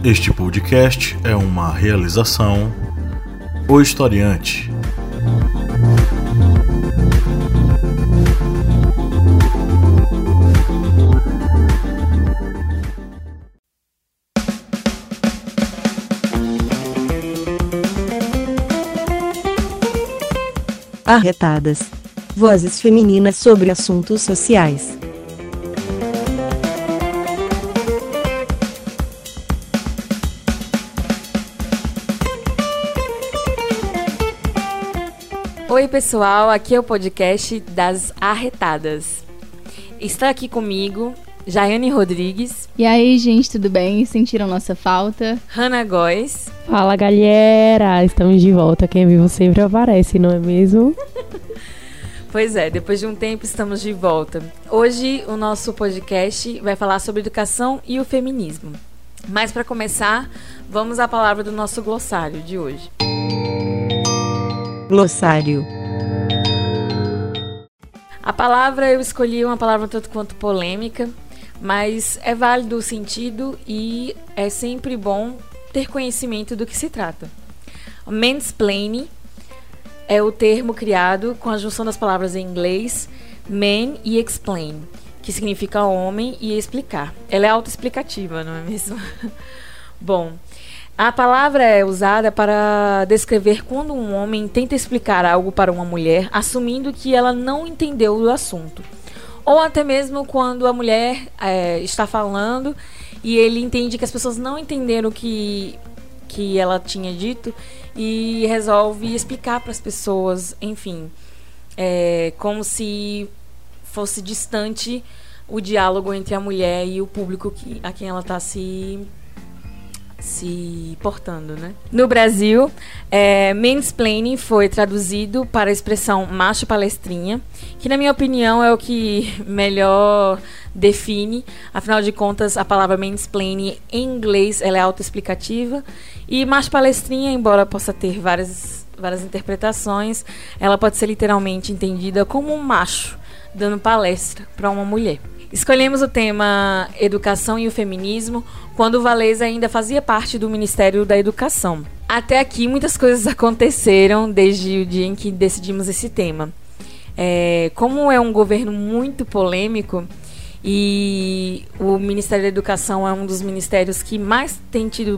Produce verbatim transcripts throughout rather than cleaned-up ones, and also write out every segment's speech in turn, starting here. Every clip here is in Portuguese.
Este podcast é uma realização O Historiante. Arretadas. Vozes femininas sobre assuntos sociais. Oi pessoal, aqui é o podcast das Arretadas. Está aqui comigo Jaiane Rodrigues. E aí, gente, tudo bem? Sentiram nossa falta? Hannah Góes. Fala, galera! Estamos de volta. Quem é vivo sempre aparece, não é mesmo? Pois é, depois de um tempo estamos de volta. Hoje o nosso podcast vai falar sobre educação e o feminismo. Mas para começar, vamos à palavra do nosso glossário de hoje. Glossário. A palavra, eu escolhi uma palavra tanto quanto polêmica, mas é válido o sentido e é sempre bom ter conhecimento do que se trata. Mansplaining é o termo criado com a junção das palavras em inglês man e explain, que significa homem e explicar. Ela é autoexplicativa, não é mesmo? Bom, a palavra é usada para descrever quando um homem tenta explicar algo para uma mulher, assumindo que ela não entendeu do assunto. Ou até mesmo quando a mulher é, está falando e ele entende que as pessoas não entenderam o que, que ela tinha dito e resolve explicar para as pessoas, enfim, é, como se fosse distante o diálogo entre a mulher e o público que, a quem ela está se... se portando, né? No Brasil, é, mansplaining foi traduzido para a expressão macho palestrinha, que na minha opinião é o que melhor define. Afinal de contas, a palavra mansplaining em inglês ela é autoexplicativa e macho palestrinha, embora possa ter várias, várias interpretações, ela pode ser literalmente entendida como um macho dando palestra para uma mulher. Escolhemos o tema Educação e o Feminismo quando o Valês ainda fazia parte do Ministério da Educação. Até aqui muitas coisas aconteceram desde o dia em que decidimos esse tema. É, como é um governo muito polêmico e o Ministério da Educação é um dos ministérios que mais tem tido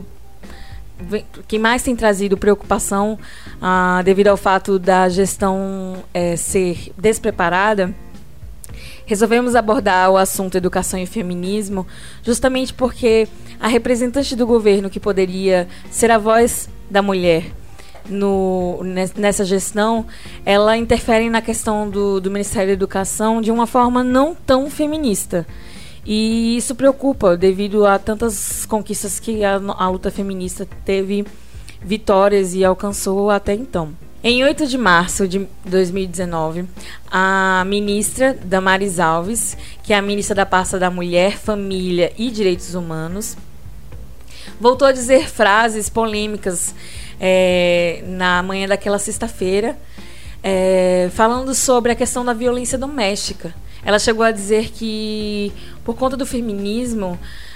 que mais tem trazido preocupação ah, devido ao fato da gestão é, ser despreparada, resolvemos abordar o assunto educação e feminismo justamente porque a representante do governo que poderia ser a voz da mulher no, nessa gestão, ela interfere na questão do, do Ministério da Educação de uma forma não tão feminista. E isso preocupa devido a tantas conquistas que a, a luta feminista teve vitórias e alcançou até então. Em oito de março de dois mil e dezenove, a ministra Damares Alves, que é a ministra da pasta da Mulher, Família e Direitos Humanos, voltou a dizer frases polêmicas é, na manhã daquela sexta-feira, é, falando sobre a questão da violência doméstica. Ela chegou a dizer que, por conta do feminismo,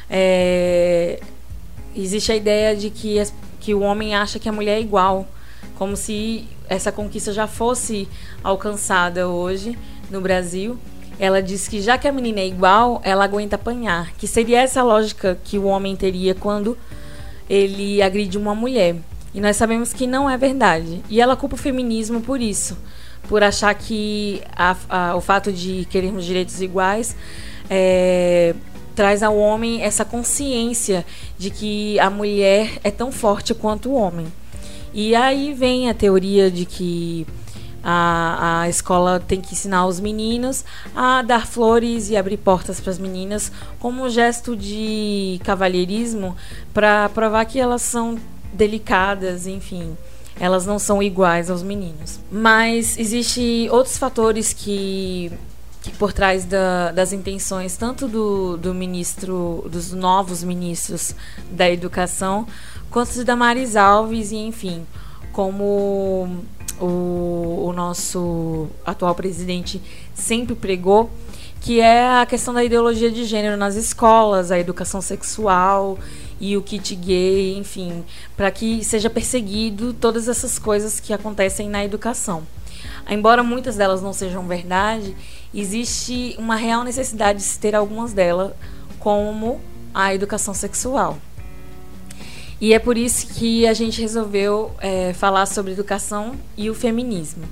é, existe a ideia de que, as, que o homem acha que a mulher é igual, como se essa conquista já fosse alcançada hoje no Brasil. Ela disse que já que a menina é igual, ela aguenta apanhar, que seria essa a lógica que o homem teria quando ele agride uma mulher. E nós sabemos que não é verdade. E ela culpa o feminismo por isso, por achar que a, a, o fato de querermos direitos iguais é, traz ao homem essa consciência de que a mulher é tão forte quanto o homem. E aí vem a teoria de que a, a escola tem que ensinar os meninos a dar flores e abrir portas para as meninas como um gesto de cavalheirismo para provar que elas são delicadas, enfim, elas não são iguais aos meninos. Mas existem outros fatores que, que por trás da, das intenções tanto do, do ministro, dos novos ministros da educação, quanto de Damares Alves e, enfim, como o, o nosso atual presidente sempre pregou, que é a questão da ideologia de gênero nas escolas, a educação sexual e o kit gay, enfim, para que seja perseguido todas essas coisas que acontecem na educação. Embora muitas delas não sejam verdade, existe uma real necessidade de se ter algumas delas, como a educação sexual. E é por isso que a gente resolveu é, falar sobre educação e o feminismo.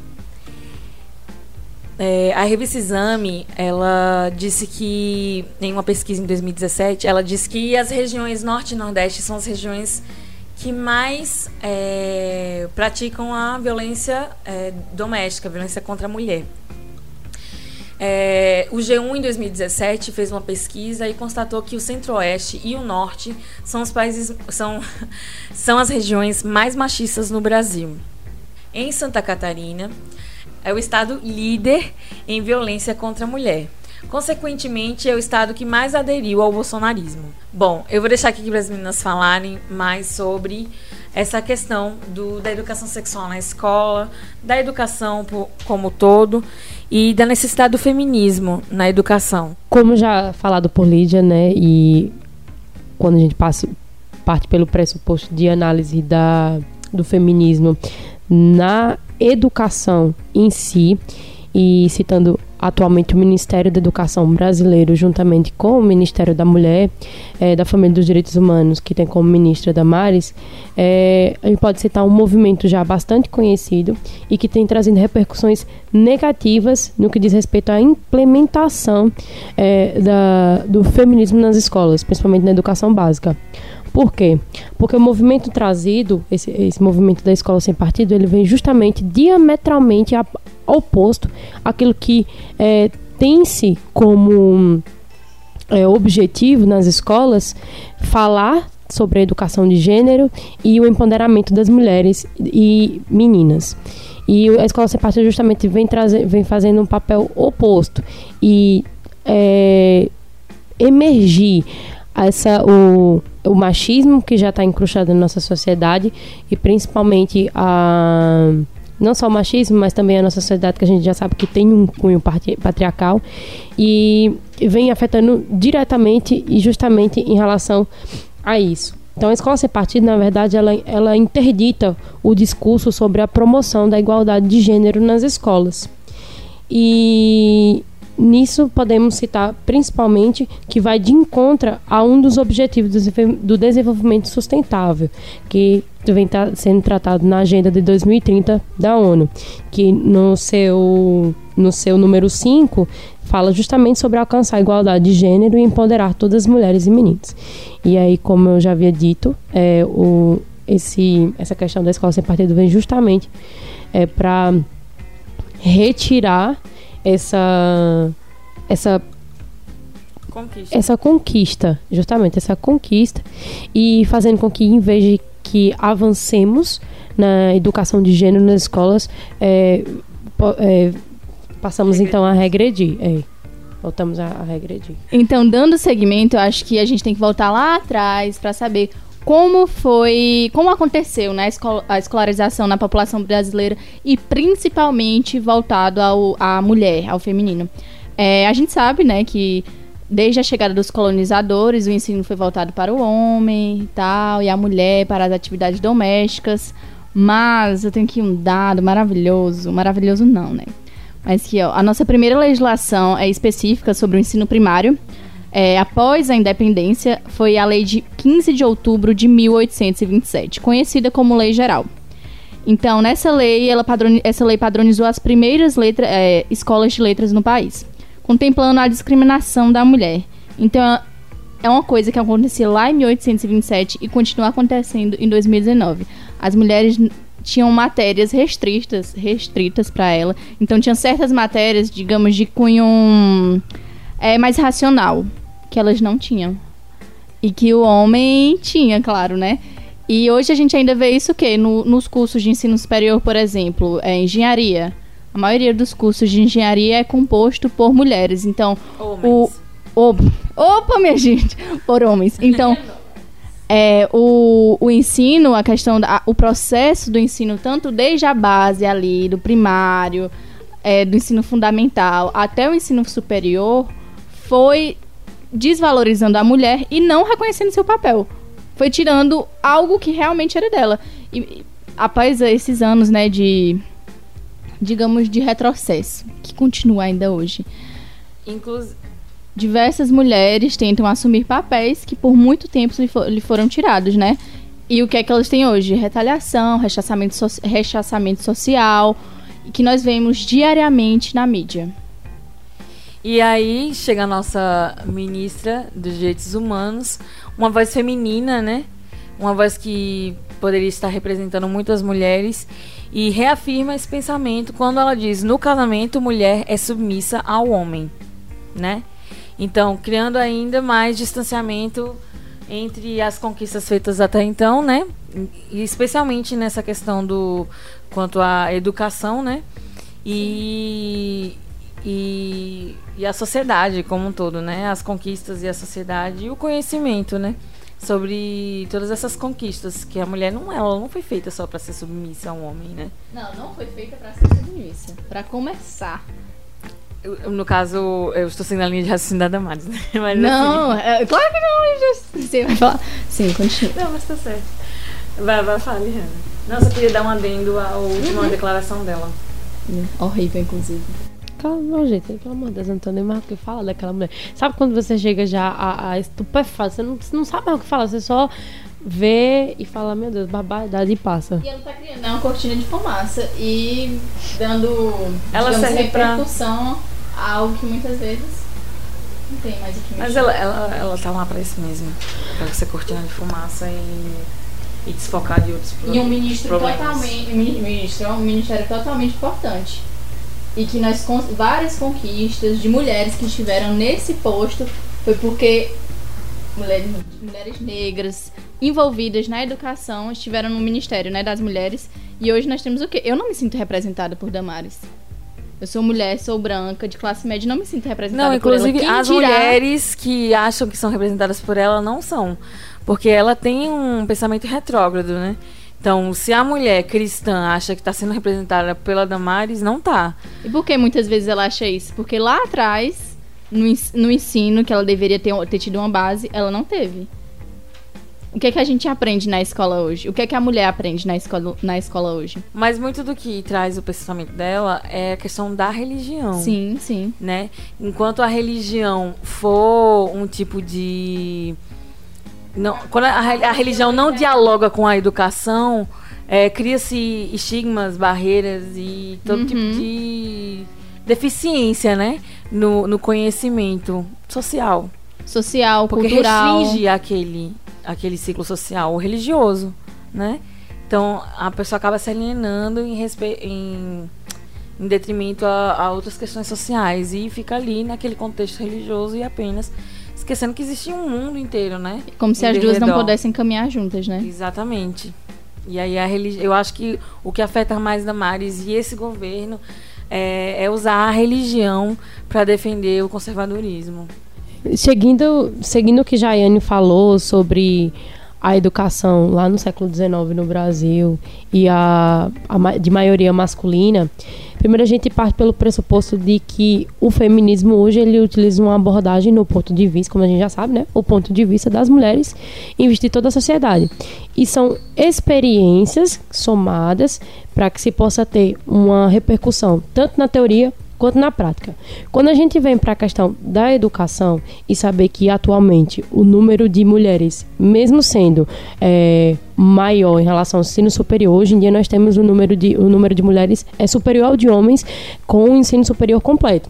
É, a revista Exame, ela disse que, em uma pesquisa em dois mil e dezessete, ela disse que as regiões Norte e Nordeste são as regiões que mais é, praticam a violência é, doméstica, a violência contra a mulher. É, o G um, em dois mil e dezessete, fez uma pesquisa e constatou que o Centro-Oeste e o Norte são os países, são, são as regiões mais machistas no Brasil. Em Santa Catarina, é o estado líder em violência contra a mulher. Consequentemente, é o estado que mais aderiu ao bolsonarismo. Bom, eu vou deixar aqui para as meninas falarem mais sobre essa questão do, da educação sexual na escola, da educação por, como todo e da necessidade do feminismo na educação. Como já falado por Lídia, né, e quando a gente passa, parte pelo pressuposto de análise da, do feminismo na educação em si, e citando atualmente o Ministério da Educação brasileiro, juntamente com o Ministério da Mulher, é, da Família e dos Direitos Humanos, que tem como ministra Damares, é, a gente pode citar um movimento já bastante conhecido e que tem trazido repercussões negativas no que diz respeito à implementação é, da, do feminismo nas escolas, principalmente na educação básica. Por quê? Porque o movimento trazido, esse, esse movimento da escola sem partido, ele vem justamente diametralmente a, oposto àquilo que é, tem-se como é, objetivo nas escolas falar sobre a educação de gênero e o empoderamento das mulheres e meninas. E a escola sem partido justamente vem, trazer, vem fazendo um papel oposto e é, emergir essa, o, o machismo que já está incrustado na nossa sociedade e principalmente a, não só o machismo, mas também a nossa sociedade, que a gente já sabe que tem um cunho patriarcal e vem afetando diretamente e justamente em relação a isso. Então a escola sem partido, na verdade, ela, ela interdita o discurso sobre a promoção da igualdade de gênero nas escolas. E nisso podemos citar principalmente que vai de encontro a um dos objetivos do desenvolvimento sustentável, que vem tá sendo tratado na Agenda de dois mil e trinta da ONU, que no seu, no seu número cinco fala justamente sobre alcançar a igualdade de gênero e empoderar todas as mulheres e meninas. E aí, como eu já havia dito, é, o, esse, essa questão da escola sem partido vem justamente é, para retirar essa essa conquista. essa conquista, justamente essa conquista, e fazendo com que, em vez de que avancemos na educação de gênero nas escolas, é, é, passamos regredir. então a regredir. É, voltamos a, a regredir. Então, dando seguimento, eu acho que a gente tem que voltar lá atrás para saber como foi, como aconteceu, né, a escolarização na população brasileira e principalmente voltado ao, à mulher, ao feminino. É, a gente sabe, né, que desde a chegada dos colonizadores o ensino foi voltado para o homem e tal, e a mulher para as atividades domésticas, mas eu tenho aqui um dado maravilhoso, maravilhoso não, né, mas que ó, a nossa primeira legislação é específica sobre o ensino primário. É, após a independência, foi a lei de quinze de outubro de mil oitocentos e vinte e sete, conhecida como Lei Geral. Então, nessa lei, ela padroni- essa lei padronizou as primeiras letra- é, escolas de letras no país, contemplando a discriminação da mulher. Então, é uma coisa que acontecia lá em mil oitocentos e vinte e sete e continua acontecendo em dois mil e dezenove. As mulheres tinham matérias restritas, restritas para ela. Então, tinha certas matérias, digamos, de cunho é, mais racional, que elas não tinham. E que o homem tinha, claro, né? E hoje a gente ainda vê isso o quê? No, nos cursos de ensino superior, por exemplo, é, engenharia. A maioria dos cursos de engenharia é composto por mulheres. Então, Homens. o, o Opa, minha gente! Por homens. Então, é, o, o ensino, a questão, da, o processo do ensino, tanto desde a base ali, do primário, é, do ensino fundamental, até o ensino superior, foi desvalorizando a mulher e não reconhecendo seu papel. foi tirando algo que realmente era dela. E após esses anos, né, de, digamos, de retrocesso, que continua ainda hoje, Inclusive, diversas mulheres tentam assumir papéis que por muito tempo lhe, for, lhe foram tirados, né? E o que é que elas têm hoje? Retaliação, rechaçamento, so, rechaçamento social, que nós vemos diariamente na mídia. e aí chega a nossa ministra dos Direitos Humanos, uma voz feminina, né? Uma voz que poderia estar representando muitas mulheres e reafirma esse pensamento quando ela diz: no casamento, mulher é submissa ao homem, né? Então, criando ainda mais distanciamento entre as conquistas feitas até então, né? E especialmente nessa questão do quanto à educação, né? E, e, e a sociedade como um todo, né? As conquistas e a sociedade e o conhecimento, né? Sobre todas essas conquistas, que a mulher não, ela não foi feita só para ser submissa a um homem, né? Não, não foi feita para ser submissa. Para começar. Eu, no caso, eu estou sendo a linha de raciocínio da Damares, né? Mas, Não, assim, é, claro que não. Já, você vai falar. Sim, continua. não, mas tá certo. Vai, vai, fala, Rihanna. Não, só queria dar um adendo à última Uhum. declaração dela. Horrível, inclusive. Calma, gente, pelo amor de Deus, eu não tô nem mais o que falar daquela mulher. Sabe quando você chega já a, a estupefato, você não, você não sabe mais o que falar, você só vê e fala, meu Deus, barbaridade, e passa. E ela tá criando uma cortina de fumaça e dando, Ela digamos, serve pra- repercussão a algo que muitas vezes não tem mais o que mexer. Mas ela, ela, ela tá lá pra isso mesmo. Pra ser cortina de fumaça e, e desfocar de outros pro- E um ministro problemas. totalmente, mini- ministro, é um ministério totalmente importante. E que nas con- várias conquistas de mulheres que estiveram nesse posto foi porque mulheres, mulheres negras envolvidas na educação estiveram no Ministério, né, das Mulheres. E hoje nós temos o quê? Eu não me sinto representada por Damares. Eu sou mulher, sou branca, de classe média, não me sinto representada Não, por ela. inclusive Quem as dirá- mulheres que acham que são representadas por ela não são. Porque ela tem um pensamento retrógrado, né? Então, se a mulher cristã acha que está sendo representada pela Damares, não tá. E por que muitas vezes ela acha isso? Porque lá atrás, no, ens- no ensino, que ela deveria ter, ter tido uma base, ela não teve. O que é que a gente aprende na escola hoje? O que é que a mulher aprende na escola, na escola hoje? Mas muito do que traz o pensamento dela é a questão da religião. Sim, sim. Né? Enquanto a religião for um tipo de... Não, quando a, a religião não dialoga com a educação, é, cria-se estigmas, barreiras e todo Uhum. tipo de deficiência, né? No, no conhecimento social. Social, Porque cultural. restringe aquele, aquele ciclo social, o religioso, né? Então, a pessoa acaba se alienando em, respe... em... em detrimento a, a outras questões sociais e fica ali naquele contexto religioso e apenas esquecendo que existe um mundo inteiro, né? Como se Em as duas não derredor. pudessem caminhar juntas, né? Exatamente. E aí a religi... eu acho que o que afeta mais Damares e esse governo é, é usar a religião para defender o conservadorismo. Seguindo, seguindo o que Jaiane falou sobre a educação lá no século dezenove no Brasil e a, a ma- de maioria masculina, primeiro a gente parte pelo pressuposto de que o feminismo hoje ele utiliza uma abordagem no ponto de vista, como a gente já sabe, né? O ponto de vista das mulheres em vista de toda a sociedade. E são experiências somadas para que se possa ter uma repercussão tanto na teoria quanto na prática. Quando a gente vem para a questão da educação e saber que atualmente o número de mulheres, mesmo sendo é, maior em relação ao ensino superior, hoje em dia nós temos o número de, o número de mulheres é superior ao de homens com o ensino superior completo.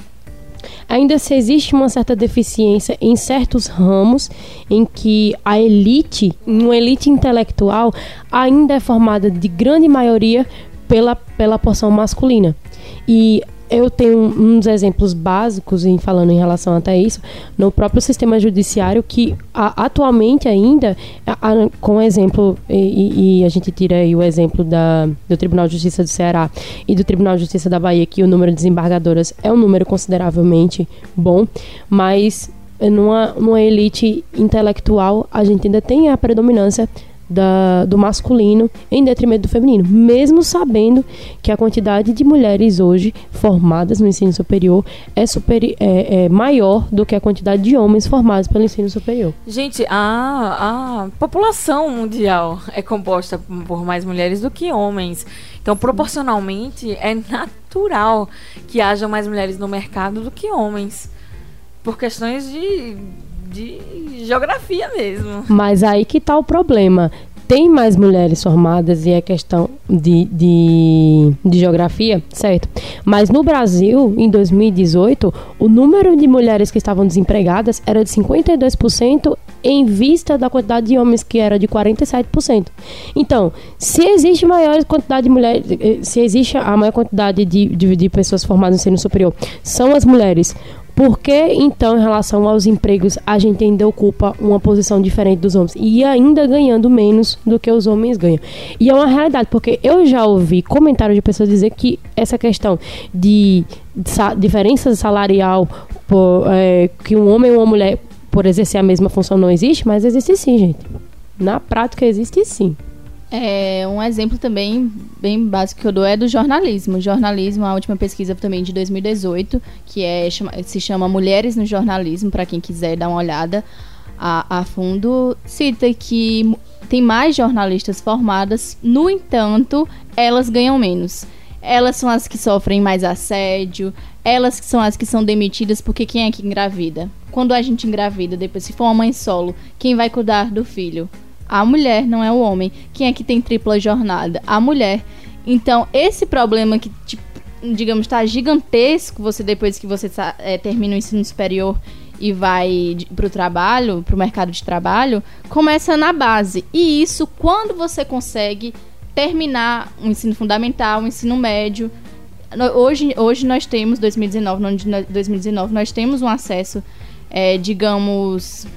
Ainda se existe uma certa deficiência em certos ramos em que a elite, uma elite intelectual, ainda é formada de grande maioria pela, pela porção masculina. E eu tenho uns exemplos básicos em falando em relação até isso no próprio sistema judiciário que a, atualmente ainda a, a, com exemplo e, e a gente tira aí o exemplo da, do Tribunal de Justiça do Ceará e do Tribunal de Justiça da Bahia, que o número de desembargadoras é um número consideravelmente bom, mas numa, numa elite intelectual a gente ainda tem a predominância da, do masculino em detrimento do feminino, mesmo sabendo que a quantidade de mulheres hoje formadas no ensino superior é, superi- é, é maior do que a quantidade de homens formados pelo ensino superior. Gente, a, a população mundial é composta por mais mulheres do que homens. Então, proporcionalmente, é natural que haja mais mulheres no mercado do que homens. Por questões de, de geografia mesmo. Mas aí que está o problema. Tem mais mulheres formadas e é questão de, de, de geografia, certo? Mas no Brasil, em dois mil e dezoito, o número de mulheres que estavam desempregadas era de cinquenta e dois por cento em vista da quantidade de homens, que era de quarenta e sete por cento. Então, se existe maior quantidade de mulheres, se existe a maior quantidade de, de, de pessoas formadas no ensino superior, são as mulheres. Por que, então, em relação aos empregos, a gente ainda ocupa uma posição diferente dos homens? E ainda ganhando menos do que os homens ganham. E é uma realidade, porque eu já ouvi comentários de pessoas dizer que essa questão de sa- diferença salarial, por, é, que um homem e uma mulher, por exercer a mesma função, não existe, mas existe sim, gente. Na prática, existe sim. É, um exemplo também bem básico que eu dou é do jornalismo. Jornalismo, a última pesquisa também de dois mil e dezoito, que é, se chama Mulheres no Jornalismo, para quem quiser dar uma olhada a, a fundo, cita que tem mais jornalistas formadas, no entanto, elas ganham menos. Elas são as que sofrem mais assédio, elas são as que são demitidas, porque quem é que engravida? Quando a gente engravida, depois se for uma mãe solo, quem vai cuidar do filho? A mulher, não é o homem. Quem é que tem tripla jornada? A mulher. Então, esse problema que, tipo, digamos, está gigantesco, você depois que você é, termina o ensino superior e vai para o trabalho, para o mercado de trabalho, começa na base. E isso quando você consegue terminar o ensino fundamental, o ensino médio. Hoje, hoje nós temos, dois mil e dezenove, no ano de dois mil e dezenove, nós temos um acesso, é, digamos...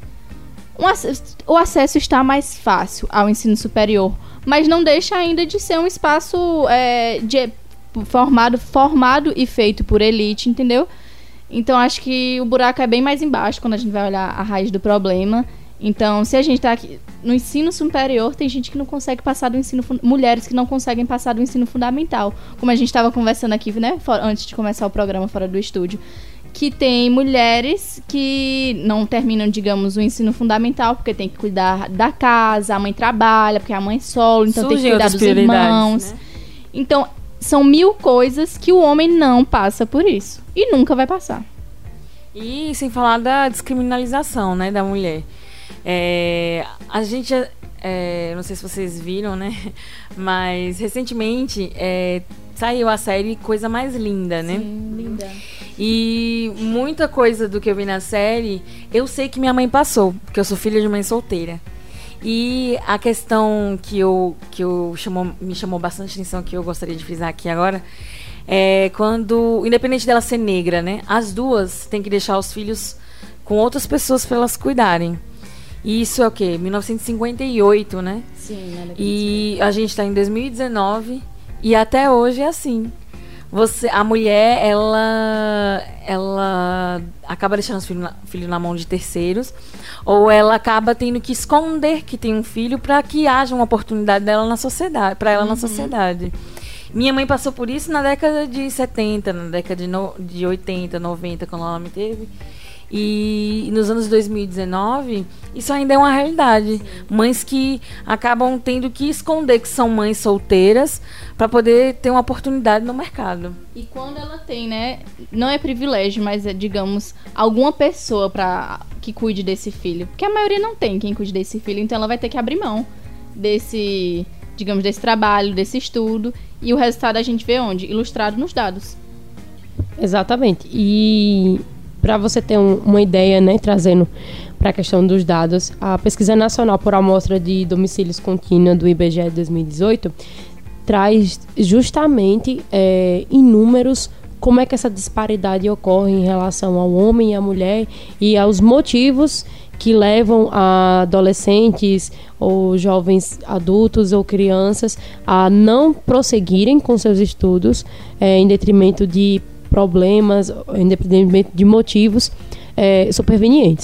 Um acesso, o acesso está mais fácil ao ensino superior, mas não deixa ainda de ser um espaço é, de, formado, formado e feito por elite, entendeu? Então, acho que o buraco é bem mais embaixo quando a gente vai olhar a raiz do problema. Então, se a gente está aqui no ensino superior, tem gente que não consegue passar do ensino... Mulheres que não conseguem passar do ensino fundamental. Como a gente estava conversando aqui, né, fora, antes de começar o programa fora do estúdio. Que tem mulheres que não terminam, digamos, o ensino fundamental, porque tem que cuidar da casa, a mãe trabalha, porque a mãe é solo, então Surgem tem que cuidar dos irmãos. Né? Então, são mil coisas que o homem não passa por isso. E nunca vai passar. E sem falar da descriminalização, né, da mulher. É, a gente, é, não sei se vocês viram, né, mas recentemente é, saiu a série Coisa Mais Linda, né? Sim, linda. E muita coisa do que eu vi na série, eu sei que minha mãe passou, porque eu sou filha de mãe solteira. E a questão que, eu, que eu chamou, me chamou bastante atenção, que eu gostaria de frisar aqui agora, é quando, independente dela ser negra, né, as duas têm que deixar os filhos com outras pessoas para elas cuidarem. E isso é o quê? mil novecentos e cinquenta e oito, né? Sim, né? E a gente está em dois mil e dezenove e até hoje é assim. Você, a mulher, ela, ela acaba deixando os filhos na, filho na mão de terceiros, ou ela acaba tendo que esconder que tem um filho para que haja uma oportunidade dela na sociedade, para ela uhum. na sociedade. Minha mãe passou por isso na década de setenta, na década de, no, de oitenta, noventa, quando ela me teve. E nos anos dois mil e dezenove, isso ainda é uma realidade. Sim. Mães que acabam tendo que esconder que são mães solteiras para poder ter uma oportunidade no mercado. E quando ela tem, né, não é privilégio, mas é, digamos, alguma pessoa pra, que cuide desse filho. Porque a maioria não tem quem cuide desse filho, então ela vai ter que abrir mão desse, digamos, desse trabalho, desse estudo. E o resultado a gente vê onde? Ilustrado nos dados. Exatamente. E... para você ter um, uma ideia, né, trazendo para a questão dos dados, a Pesquisa Nacional por Amostra de Domicílios Contínua do I B G E de dois mil e dezoito traz justamente é, em números como é que essa disparidade ocorre em relação ao homem e à mulher e aos motivos que levam a adolescentes ou jovens adultos ou crianças a não prosseguirem com seus estudos é, em detrimento de problemas, independente de motivos é, supervenientes.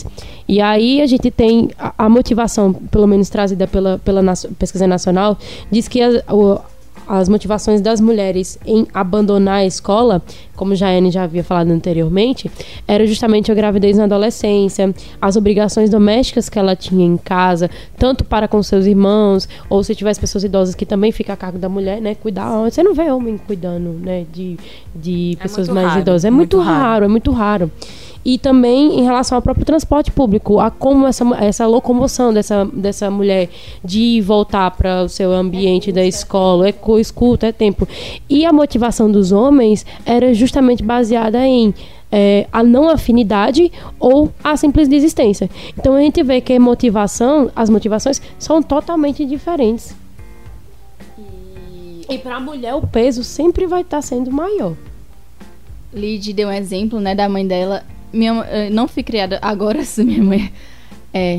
E aí a gente tem a, a motivação, pelo menos trazida pela, pela nacio, pesquisa nacional, diz que a, o, as motivações das mulheres em abandonar a escola, como já a Anne já havia falado anteriormente, era justamente a gravidez na adolescência, as obrigações domésticas que ela tinha em casa, tanto para com seus irmãos, ou se tivesse pessoas idosas que também fica a cargo da mulher, né, cuidar. Você não vê homem cuidando, né, de, de pessoas mais raro, idosas. É muito, muito raro, raro, é muito raro. E também em relação ao próprio transporte público, a como essa, essa locomoção dessa, dessa mulher de ir e voltar para o seu ambiente é da escola, é escuta, é tempo. E a motivação dos homens era justamente baseada em é, a não afinidade ou a simples desistência. Então a gente vê que a motivação, as motivações são totalmente diferentes. E, e para a mulher o peso sempre vai estar sendo maior. Lid deu um exemplo, né, da mãe dela. Minha, eu não fui criada agora, sim, minha mãe é.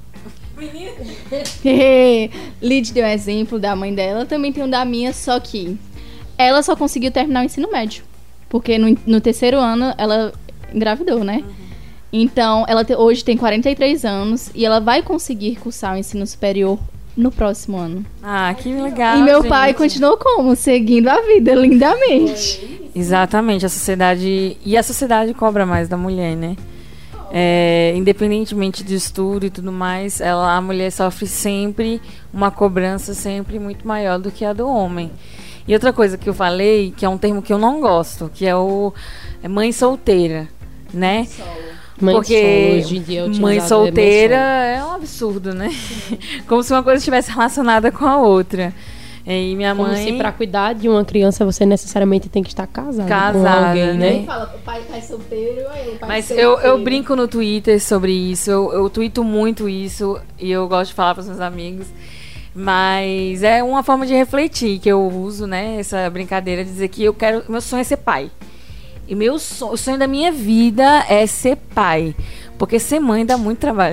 Lid deu um exemplo da mãe dela, também tem um da minha, só que ela só conseguiu terminar o ensino médio, porque no, no terceiro ano ela engravidou, né? Uhum. Então, ela te, hoje tem quarenta e três anos e ela vai conseguir cursar o ensino superior no próximo ano. Ah, que legal. E meu gente. pai continuou como? Seguindo a vida lindamente. Exatamente, a sociedade. E a sociedade cobra mais da mulher, né? É, independentemente de estudo e tudo mais, ela, a mulher sofre sempre uma cobrança sempre muito maior do que a do homem. E outra coisa que eu falei, que é um termo que eu não gosto, que é o é mãe solteira, né? Mãe Porque solo, hoje em dia é mãe solteira é, é um absurdo, né? Como se uma coisa estivesse relacionada com a outra. E minha Como mãe... se para cuidar de uma criança você necessariamente tem que estar casada, casada com alguém, né? Né? Fala, o pai tá solteiro, aí o pai Mas solteiro. eu, eu brinco no Twitter sobre isso, eu, eu tuito muito isso e eu gosto de falar para os meus amigos. Mas é uma forma de refletir que eu uso, né? Essa brincadeira de dizer que eu quero... Meu sonho é ser pai. E meu sonho, o sonho da minha vida é ser pai. Porque ser mãe dá muito trabalho.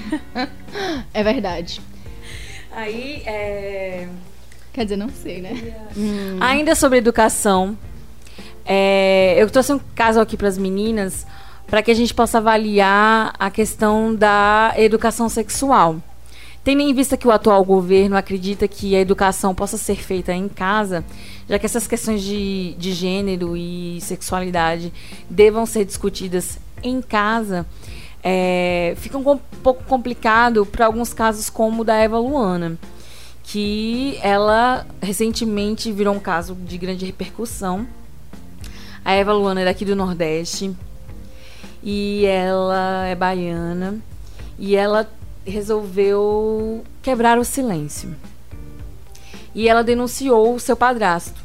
É verdade. Aí, é... Quer dizer, não sei, né? Hum. Ainda sobre educação, é... eu trouxe um caso aqui para as meninas para que a gente possa avaliar a questão da educação sexual. Tendo em vista que o atual governo acredita que a educação possa ser feita em casa, já que essas questões de, de gênero e sexualidade devam ser discutidas em casa, é, fica um, um pouco complicado para alguns casos como o da Eva Luana, que ela recentemente virou um caso de grande repercussão. A Eva Luana é daqui do Nordeste e ela é baiana e ela resolveu quebrar o silêncio. E ela denunciou o seu padrasto.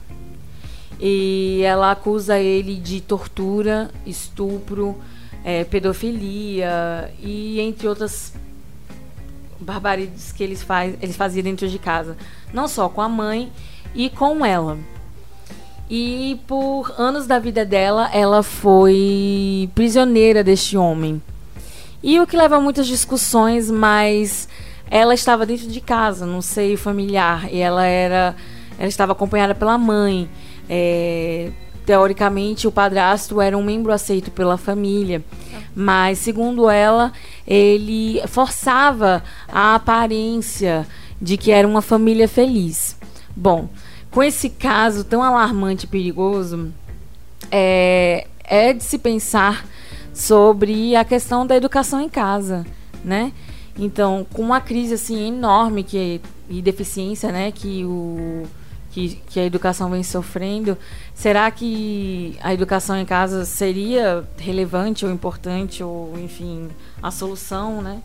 E ela acusa ele de tortura, estupro, é, pedofilia e entre outras barbaridades que eles, faz, eles faziam dentro de casa. Não só com a mãe e com ela. E por anos da vida dela, ela foi prisioneira deste homem. E o que leva a muitas discussões, mas ela estava dentro de casa, no seio familiar, e ela era, ela estava acompanhada pela mãe. É, teoricamente, o padrasto era um membro aceito pela família, mas segundo ela, ele forçava a aparência de que era uma família feliz. Bom, com esse caso tão alarmante e perigoso, é, é de se pensar sobre a questão da educação em casa, né? Então, com uma crise assim enorme que, e deficiência, né, que, o, que, que a educação vem sofrendo, será que a educação em casa seria relevante ou importante ou, enfim, a solução, né,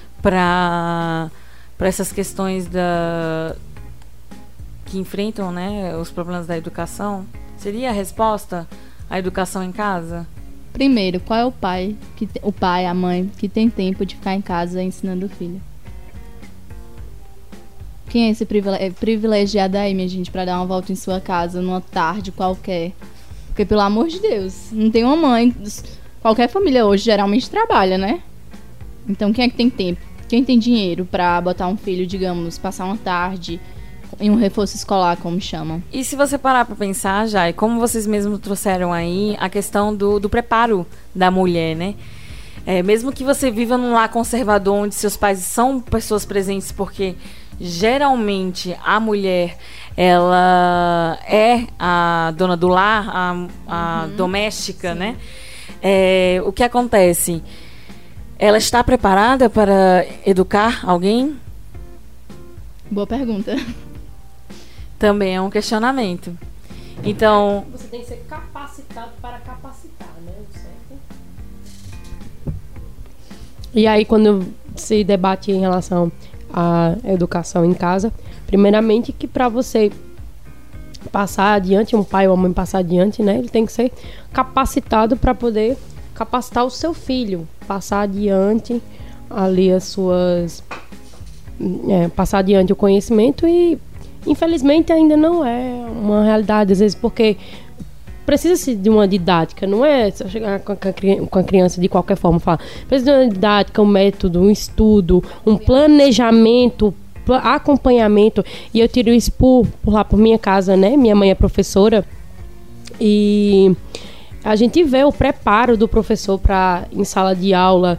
para para essas questões da que enfrentam, né, os problemas da educação? Seria a resposta a educação em casa? Primeiro, qual é o pai, que te, o pai, a mãe, que tem tempo de ficar em casa ensinando o filho? Quem é esse privile- privilegiado aí, minha gente, pra dar uma volta em sua casa numa tarde qualquer? Porque, pelo amor de Deus, não tem uma mãe... Qualquer família hoje geralmente trabalha, né? Então, quem é que tem tempo? Quem tem dinheiro pra botar um filho, digamos, passar uma tarde em um reforço escolar, como chamam? E se você parar para pensar, Jai, como vocês mesmos trouxeram aí, a questão do, do preparo da mulher, né? É, mesmo que você viva num lar conservador onde seus pais são pessoas presentes, porque geralmente a mulher ela é a dona do lar, a, a uhum, doméstica, sim. né? É, o que acontece? Ela está preparada para educar alguém? Boa pergunta. Também é um questionamento. Então... Você tem que ser capacitado para capacitar, né? Certo? E aí, quando se debate em relação à educação em casa, primeiramente que para você passar adiante, um pai ou uma mãe passar adiante, né? Ele tem que ser capacitado para poder capacitar o seu filho, passar adiante ali as suas... É, passar adiante o conhecimento e infelizmente ainda não é uma realidade, às vezes, porque precisa-se de uma didática, não é só chegar com a, com a criança de qualquer forma, falar, precisa de uma didática, um método, um estudo, um planejamento, acompanhamento, e eu tiro isso por, por lá por minha casa, né? Minha mãe é professora e a gente vê o preparo do professor para em sala de aula,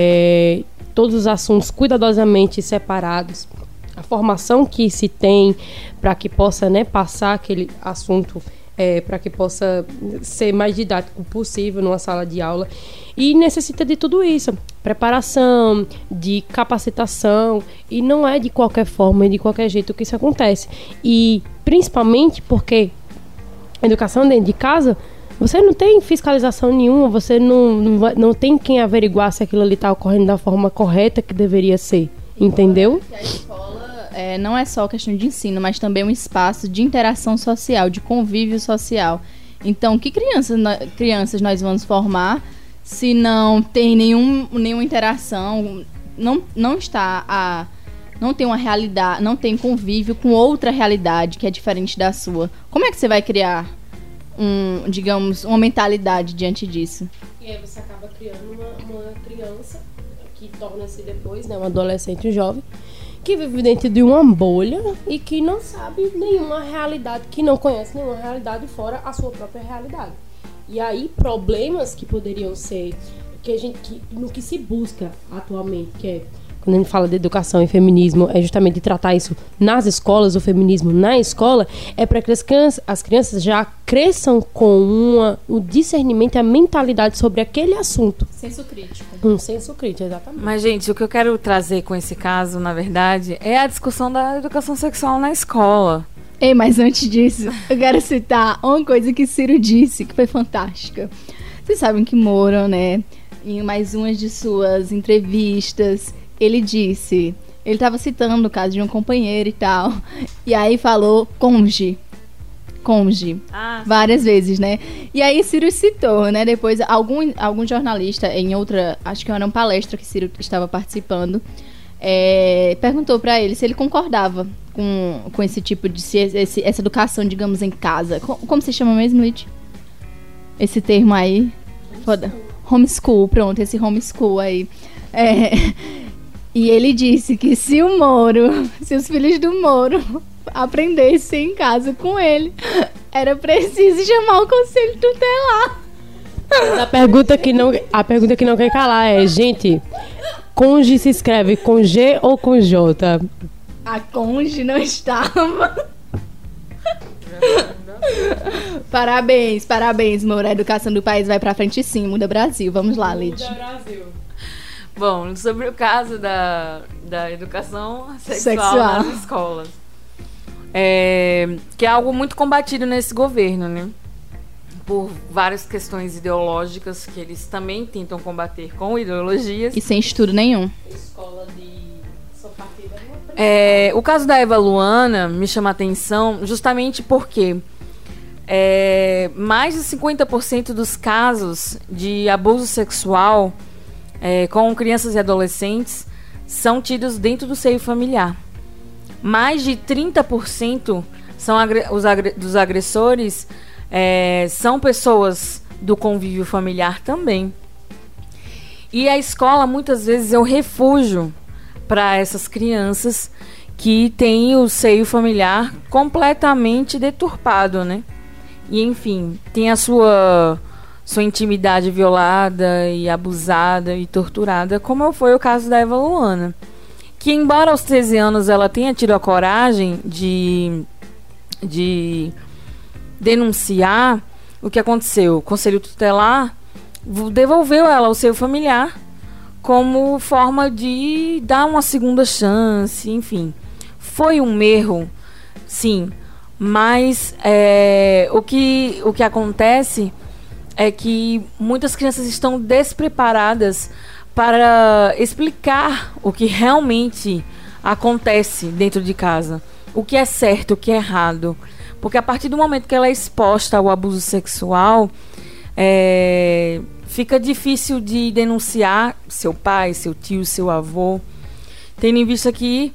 é, todos os assuntos cuidadosamente separados, a formação que se tem para que possa, né, passar aquele assunto, é, para que possa ser mais didático possível numa sala de aula, e necessita de tudo isso, preparação, de capacitação, e não é de qualquer forma e de qualquer jeito que isso acontece, e principalmente porque a educação dentro de casa, você não tem fiscalização nenhuma, você não, não, vai, não tem quem averiguar se aquilo ali está ocorrendo da forma correta que deveria ser, entendeu? A escola é, não é só questão de ensino, mas também um espaço de interação social, de convívio social. Então, que crianças, crianças nós vamos formar se não tem nenhum, nenhuma interação, não, não está a... não tem uma realidade, não tem convívio com outra realidade que é diferente da sua. Como é que você vai criar um, digamos, uma mentalidade diante disso? E aí você acaba criando uma, uma criança que torna-se depois, né, um adolescente, um jovem, que vive dentro de uma bolha e que não sabe nenhuma realidade, que não conhece nenhuma realidade fora a sua própria realidade. E aí problemas que poderiam ser, que a gente, que, no que se busca atualmente, que é, quando a gente fala de educação e feminismo, é justamente tratar isso nas escolas, o feminismo na escola, é para que as crianças, as crianças já cresçam com uma, o discernimento e a mentalidade sobre aquele assunto. Senso crítico. Um senso crítico, exatamente. Mas, gente, o que eu quero trazer com esse caso, na verdade, é a discussão da educação sexual na escola. Ei, mas antes disso, eu quero citar uma coisa que Ciro disse, que foi fantástica. Vocês sabem que Moro, né, em mais uma de suas entrevistas, ele disse, ele estava citando o caso de um companheiro e tal, e aí falou cônjuge, cônjuge, ah, várias vezes, né? E aí Ciro citou, né, depois algum, algum jornalista em outra, acho que era uma palestra que Ciro estava participando, é, perguntou para ele se ele concordava com, com esse tipo de, esse, essa educação, digamos, em casa. Como, como se chama mesmo, Lid? Esse termo aí? Foda. Homeschool, pronto, esse homeschool aí. É... E ele disse que se o Moro, se os filhos do Moro aprendessem em casa com ele, era preciso chamar o conselho tutelar. A pergunta que não, a pergunta que não quer calar é, gente, cônjuge se escreve com G ou com J? A cônjuge não estava. Parabéns, parabéns, Moro. A educação do país vai pra frente sim, muda Brasil. Vamos lá, Lid. Muda Brasil. Bom, sobre o caso da, da educação sexual, sexual. nas escolas. É, que é algo muito combatido nesse governo, né? Por várias questões ideológicas que eles também tentam combater com ideologias. E sem estudo nenhum. Escola de... É, o caso da Eva Luana me chama a atenção justamente porque é, mais de cinquenta por cento dos casos de abuso sexual É, com crianças e adolescentes são tidos dentro do seio familiar. Mais de trinta por cento são agre- os agre- dos agressores é, são pessoas do convívio familiar também. E a escola muitas vezes é o refúgio para essas crianças que têm o seio familiar completamente deturpado, né? E enfim, tem a sua sua intimidade violada e abusada e torturada, como foi o caso da Eva Luana, que embora aos treze anos ela tenha tido a coragem de, de denunciar o que aconteceu, o Conselho Tutelar devolveu ela ao seu familiar como forma de dar uma segunda chance, enfim. Foi um erro, sim, mas é, o, que, o que acontece é que muitas crianças estão despreparadas para explicar o que realmente acontece dentro de casa, o que é certo, o que é errado. Porque a partir do momento que ela é exposta ao abuso sexual, é, fica difícil de denunciar seu pai, seu tio, seu avô, tendo em vista que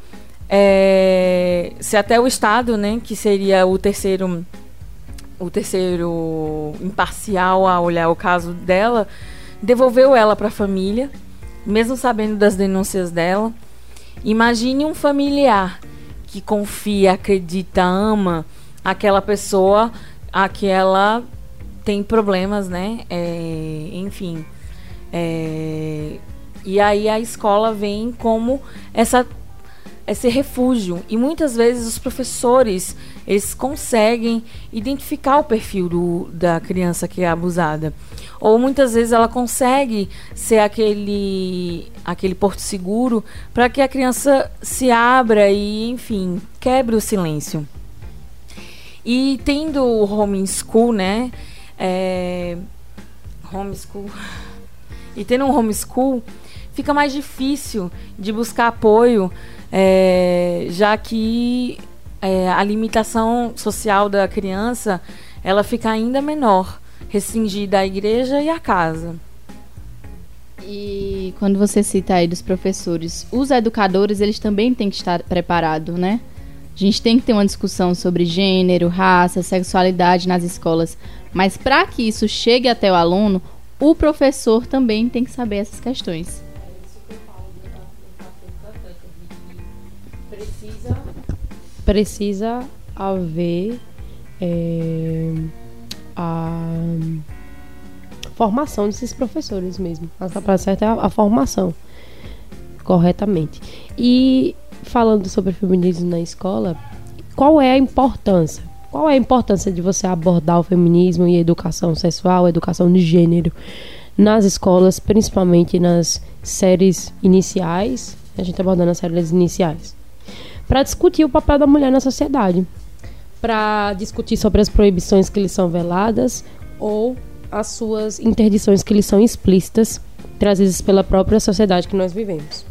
é, se até o Estado, né, que seria o terceiro, o terceiro imparcial a olhar o caso dela, devolveu ela para a família, mesmo sabendo das denúncias dela. Imagine um familiar que confia, acredita, ama aquela pessoa a que ela tem problemas, né? É, enfim. É, e aí a escola vem como essa, esse refúgio. E muitas vezes os professores, eles conseguem identificar o perfil do, da criança que é abusada. Ou muitas vezes ela consegue ser aquele, aquele porto seguro para que a criança se abra e, enfim, quebre o silêncio. E tendo o homeschool, né? É, homeschool. E tendo um homeschool, fica mais difícil de buscar apoio, é, já que é, a limitação social da criança, ela fica ainda menor, restringida à igreja e à casa. E quando você cita aí dos professores, os educadores, eles também têm que estar preparados, né? A gente tem que ter uma discussão sobre gênero, raça, sexualidade nas escolas. Mas para que isso chegue até o aluno, o professor também tem que saber essas questões. Precisa, precisa haver é, a formação desses professores mesmo. A palavra certa é a, a formação, corretamente. E falando sobre feminismo na escola, qual é a importância? Qual é a importância de você abordar o feminismo e a educação sexual, a educação de gênero nas escolas, principalmente nas séries iniciais? A gente está abordando as séries iniciais. Para discutir o papel da mulher na sociedade. Para discutir sobre as proibições que lhes são veladas ou as suas interdições que lhes são explícitas, trazidas pela própria sociedade que nós vivemos.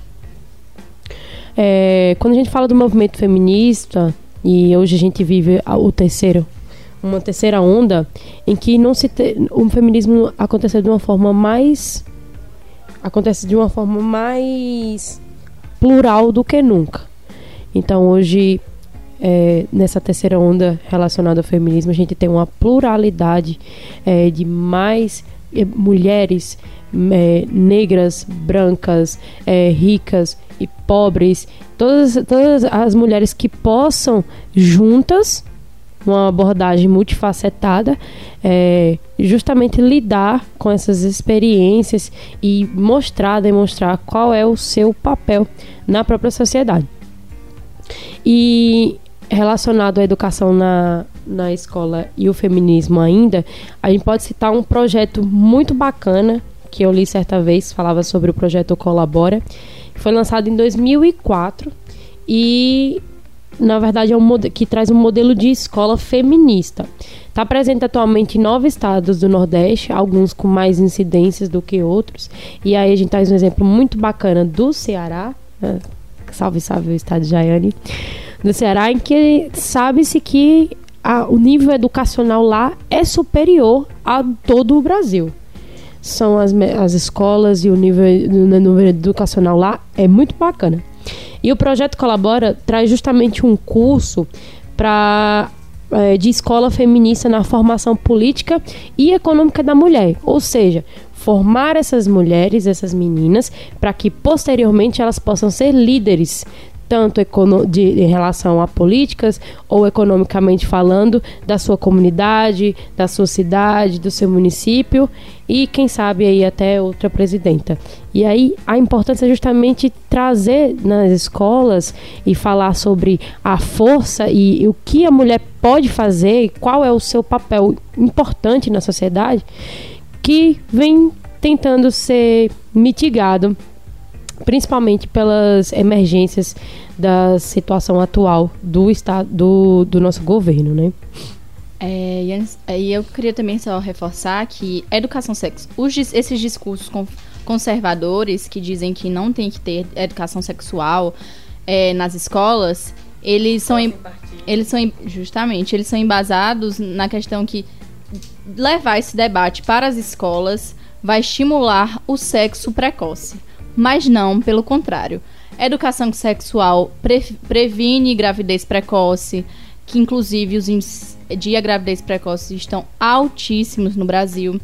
É, quando a gente fala do movimento feminista, e hoje a gente vive o terceiro, uma terceira onda, em que não se te, o feminismo acontece de uma forma mais acontece de uma forma mais plural do que nunca. Então hoje, é, nessa terceira onda relacionada ao feminismo, a gente tem uma pluralidade é, de mais é, mulheres é, negras, brancas, é, ricas e pobres, todas, todas as mulheres que possam juntas, uma abordagem multifacetada, é, justamente lidar com essas experiências e mostrar, demonstrar qual é o seu papel na própria sociedade. E relacionado à educação na, na escola e o feminismo ainda, a gente pode citar um projeto muito bacana que eu li certa vez, falava sobre o projeto Colabora, que foi lançado em dois mil e quatro e, na verdade, é um mod- que traz um modelo de escola feminista. Está presente atualmente em nove estados do Nordeste, alguns com mais incidências do que outros, e aí a gente traz um exemplo muito bacana do Ceará, né? Salve, salve o estado de Jaiane, do Ceará, em que sabe-se que a, o nível educacional lá é superior a todo o Brasil. São as, as escolas e o nível, o nível educacional lá é muito bacana. E o projeto Colabora traz justamente um curso pra, é, de escola feminista na formação política e econômica da mulher. Ou seja, formar essas mulheres, essas meninas, para que posteriormente elas possam ser líderes, tanto econo- de, em relação a políticas ou economicamente falando, da sua comunidade, da sua cidade, do seu município e, quem sabe, aí até outra presidenta. E aí a importância é justamente trazer nas escolas e falar sobre a força e, e o que a mulher pode fazer, qual é o seu papel importante na sociedade, que vem tentando ser mitigado principalmente pelas emergências da situação atual do estado, do, do nosso governo, né? É, e antes- e eu queria também só reforçar que a educação sexual, os dis- esses discursos con- conservadores que dizem que não tem que ter educação sexual é, nas escolas, eles são, em- eles são em- justamente, eles são embasados na questão que levar esse debate para as escolas vai estimular o sexo precoce, mas não pelo contrário. A educação sexual pre- previne gravidez precoce, que inclusive os índices de gravidez precoce estão altíssimos no Brasil.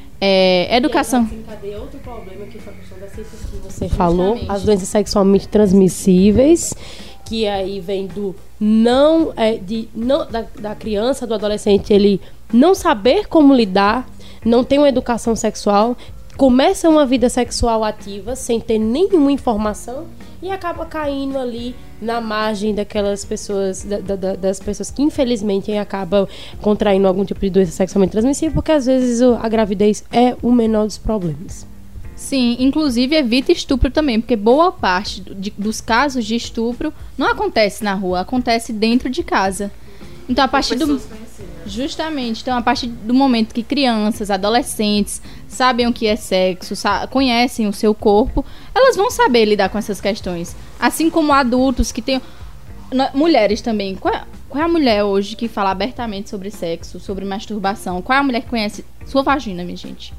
É, educação... Encadeia outro problema que foi a questão da sífilis que você falou, as doenças sexualmente transmissíveis, que aí vem do não, é, de, não da, da criança, do adolescente, ele não saber como lidar, não ter uma educação sexual, começa uma vida sexual ativa sem ter nenhuma informação e acaba caindo ali na margem daquelas pessoas, da, da, das pessoas que infelizmente acabam contraindo algum tipo de doença sexualmente transmissível, porque às vezes o- a gravidez é o menor dos problemas. Sim, inclusive evita estupro também, porque boa parte do- de- dos casos de estupro não acontece na rua, acontece dentro de casa. Então, a partir do... Justamente. Então, a partir do momento que crianças, adolescentes sabem o que é sexo, sa- conhecem o seu corpo, elas vão saber lidar com essas questões. Assim como adultos que têm... na- Mulheres também. Qual é, qual é a mulher hoje que fala abertamente sobre sexo, sobre masturbação? Qual é a mulher que conhece sua vagina, minha gente?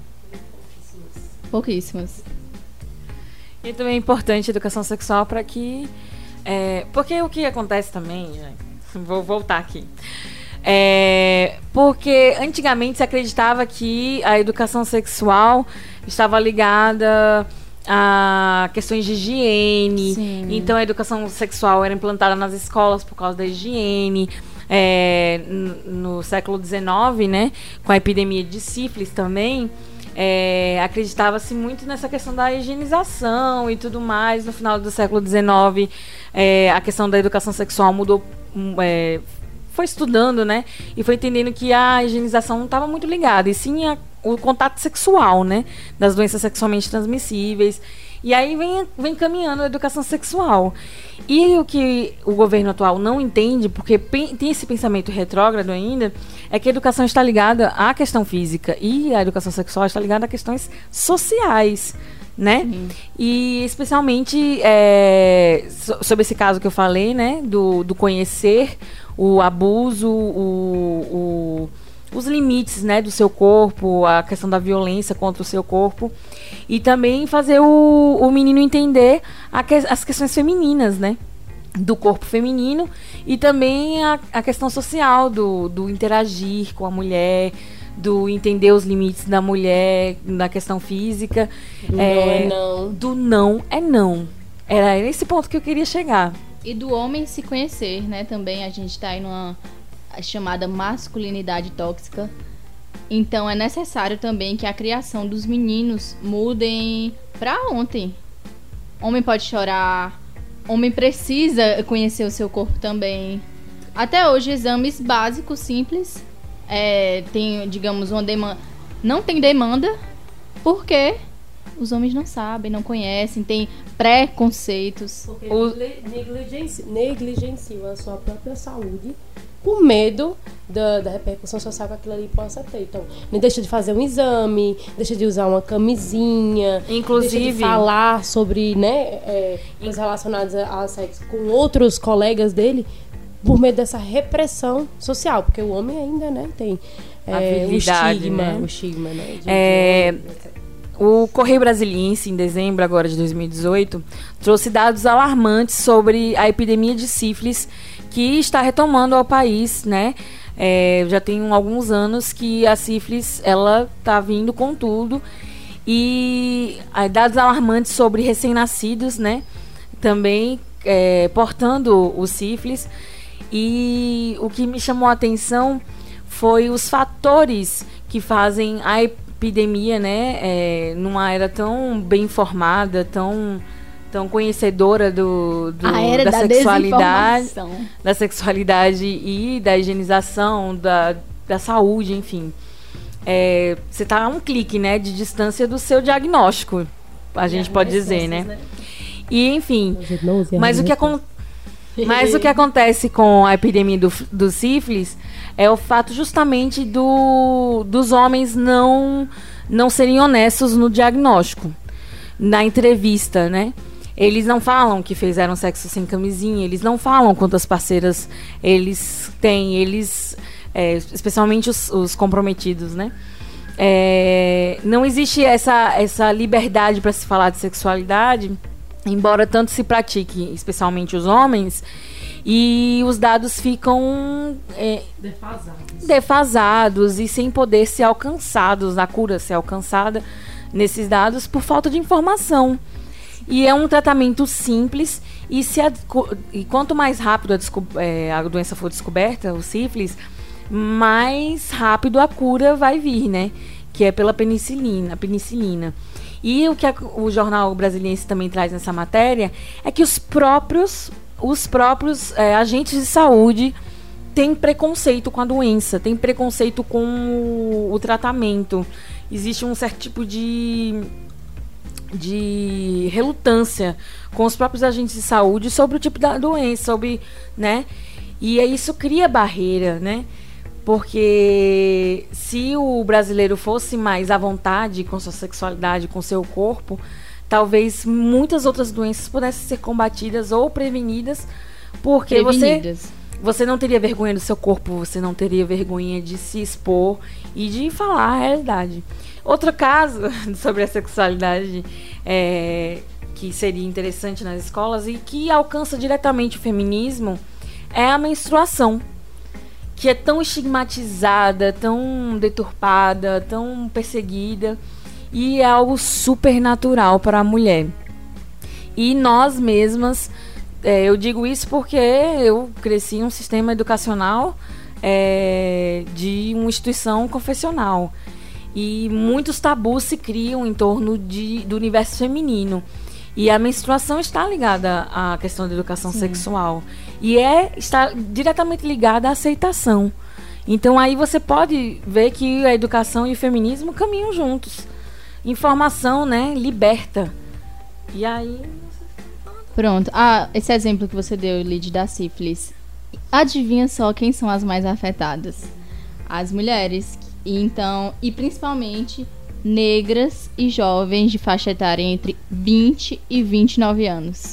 Pouquíssimas. E também é importante a educação sexual para que... é, porque o que acontece também... né, vou voltar aqui. É, porque antigamente se acreditava que a educação sexual estava ligada a questões de higiene. Sim. Então a educação sexual era implantada nas escolas por causa da higiene. É, n- no século dezenove, né, com a epidemia de sífilis também, é, acreditava-se muito nessa questão da higienização e tudo mais. No final do século dezenove, é, a questão da educação sexual mudou, hum, é, foi estudando, né, e foi entendendo que a higienização não estava muito ligada, e sim a, o contato sexual, né, das doenças sexualmente transmissíveis. E aí vem, vem caminhando a educação sexual. E o que o governo atual não entende, porque pen- tem esse pensamento retrógrado ainda, é que a educação está ligada à questão física e a educação sexual está ligada a questões sociais, né? E especialmente é, so- sobre esse caso que eu falei, né? Do, do conhecer o abuso, o, o os limites, né, do seu corpo, a questão da violência contra o seu corpo, e também fazer o, o menino entender a que, as questões femininas, né, do corpo feminino, e também a, a questão social do, do interagir com a mulher, do entender os limites da mulher na questão física. Do não é não. Do não é não. Era esse ponto que eu queria chegar. E do homem se conhecer, né? Também a gente tá aí numa chamada masculinidade tóxica. Então é necessário também que a criação dos meninos mudem pra ontem. Homem pode chorar, homem precisa conhecer o seu corpo também. Até hoje, exames básicos, simples, é, tem, digamos, uma demanda. Não tem demanda porque os homens não sabem, não conhecem, tem preconceitos. Porque O- negligenci- negligenciam a sua própria saúde com medo da, da repercussão social que aquilo ali possa ter. Então, não deixa de fazer um exame, deixa de usar uma camisinha, Inclusive- deixa de falar sobre, né, é, coisas relacionadas a, a sexo com outros colegas dele, por medo dessa repressão social, porque o homem ainda, né, tem A é, o virilidade, estigma, né? o estigma, né, de- É, de- O Correio Brasiliense, em dezembro agora de dois mil e dezoito, trouxe dados alarmantes sobre a epidemia de sífilis que está retomando ao país, né? É, já tem alguns anos que a sífilis ela está vindo com tudo. E ah, dados alarmantes sobre recém-nascidos, né? Também é, portando o sífilis. E o que me chamou a atenção foi os fatores que fazem a epidemia, né, é, numa era tão bem informada, tão, tão conhecedora do, do, a era da, da sexualidade, da sexualidade e da higienização, da, da saúde, enfim. É, você está a um clique, né, de distância do seu diagnóstico, a gente pode dizer, né? né? E, enfim, mas o que acontece... Mas o que acontece com a epidemia do, do sífilis é o fato justamente do, dos homens não, não serem honestos no diagnóstico, na entrevista, né? Eles não falam que fizeram sexo sem camisinha, eles não falam quantas parceiras eles têm, eles, é, especialmente os, os comprometidos, né? É, não existe essa, essa liberdade para se falar de sexualidade, embora tanto se pratique, especialmente os homens, e os dados ficam é, defasados. defasados e sem poder ser alcançados, a cura ser alcançada nesses dados por falta de informação. E é um tratamento simples, e, se a, e quanto mais rápido a, desco, é, a doença for descoberta, o sífilis, mais rápido a cura vai vir, né? Que é pela penicilina, penicilina. E o que a, o Jornal Brasiliense também traz nessa matéria é que os próprios, os próprios é, agentes de saúde têm preconceito com a doença, têm preconceito com o, o tratamento. Existe um certo tipo de, de relutância com os próprios agentes de saúde sobre o tipo da doença, sobre, né? E isso cria barreira, né? Porque se o brasileiro fosse mais à vontade com sua sexualidade, com seu corpo, talvez muitas outras doenças pudessem ser combatidas ou prevenidas, porque você, você não teria vergonha do seu corpo, você não teria vergonha de se expor e de falar a realidade. Outro caso sobre a sexualidade é, que seria interessante nas escolas e que alcança diretamente o feminismo é a menstruação, que é tão estigmatizada, tão deturpada, tão perseguida, e é algo super natural para a mulher. E nós mesmas, é, eu digo isso porque eu cresci em um sistema educacional é, de uma instituição confessional, e muitos tabus se criam em torno de, do universo feminino. E a menstruação está ligada à questão da educação Sim. sexual. E é, está diretamente ligada à aceitação. Então aí você pode ver que a educação e o feminismo caminham juntos. Informação, né, liberta. E aí... Pronto. Ah, esse exemplo que você deu, Lid, da sífilis. Adivinha só quem são as mais afetadas? As mulheres. E então, e principalmente... negras e jovens de faixa etária entre vinte e vinte e nove anos.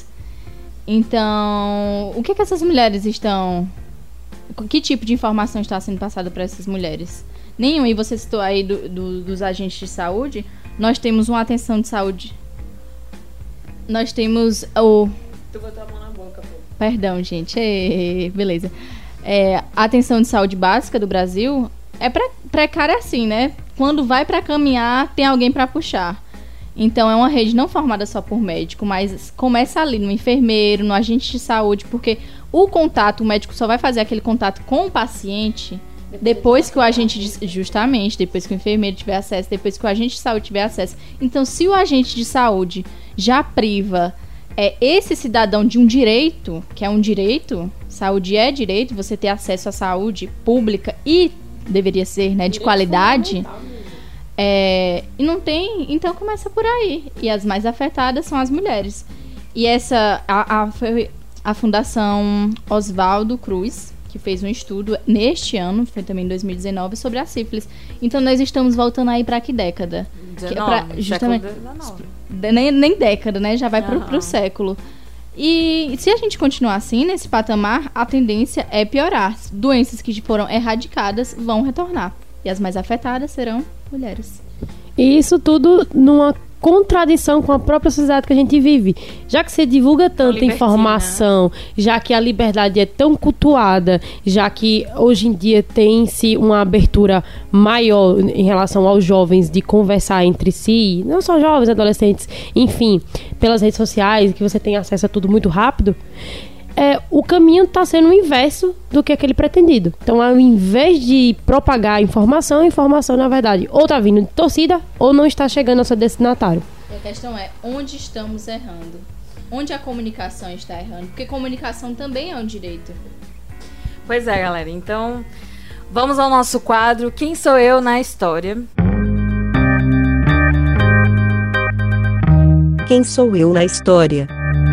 Então, o que, que essas mulheres estão... Que tipo de informação está sendo passada para essas mulheres? Nenhum. E você citou aí do, do, dos agentes de saúde. Nós temos uma atenção de saúde. Nós temos o... Tu botou a mão na boca, pô. Perdão, gente. É, beleza. É, a atenção de saúde básica do Brasil é pre- precária assim, né? Quando vai para caminhar, tem alguém para puxar. Então, é uma rede não formada só por médico, mas começa ali no enfermeiro, no agente de saúde, porque o contato, o médico só vai fazer aquele contato com o paciente depois, depois que o agente, de, justamente, depois que o enfermeiro tiver acesso, depois que o agente de saúde tiver acesso. Então, se o agente de saúde já priva é, esse cidadão de um direito, que é um direito, saúde é direito, você ter acesso à saúde pública e deveria ser, né, de qualidade, é, e não tem, então começa por aí. E as mais afetadas são as mulheres. E essa, a, a, foi a Fundação Oswaldo Cruz, que fez um estudo neste ano, foi também em dois mil e dezenove, sobre a sífilis. Então nós estamos voltando aí para que década? dezenove, que é pra, justamente, dezenove. Nem, nem década, né? Já vai uhum. para o século. E se a gente continuar assim, nesse patamar, a tendência é piorar. Doenças que foram erradicadas vão retornar. E as mais afetadas serão mulheres. E isso tudo numa contradição com a própria sociedade que a gente vive. Já que você divulga tanta informação, já que a liberdade é tão cultuada, já que hoje em dia tem-se uma abertura maior em relação aos jovens de conversar entre si, não só jovens, adolescentes, enfim, pelas redes sociais, que você tem acesso a tudo muito rápido, é, o caminho está sendo o inverso do que aquele pretendido. Então, ao invés de propagar a informação, a informação, na verdade, ou está vindo de torcida, ou não está chegando ao seu destinatário. E a questão é, onde estamos errando? Onde a comunicação está errando? Porque comunicação também é um direito. Pois é, galera. Então, vamos ao nosso quadro Quem Sou Eu na História? Quem sou eu na história?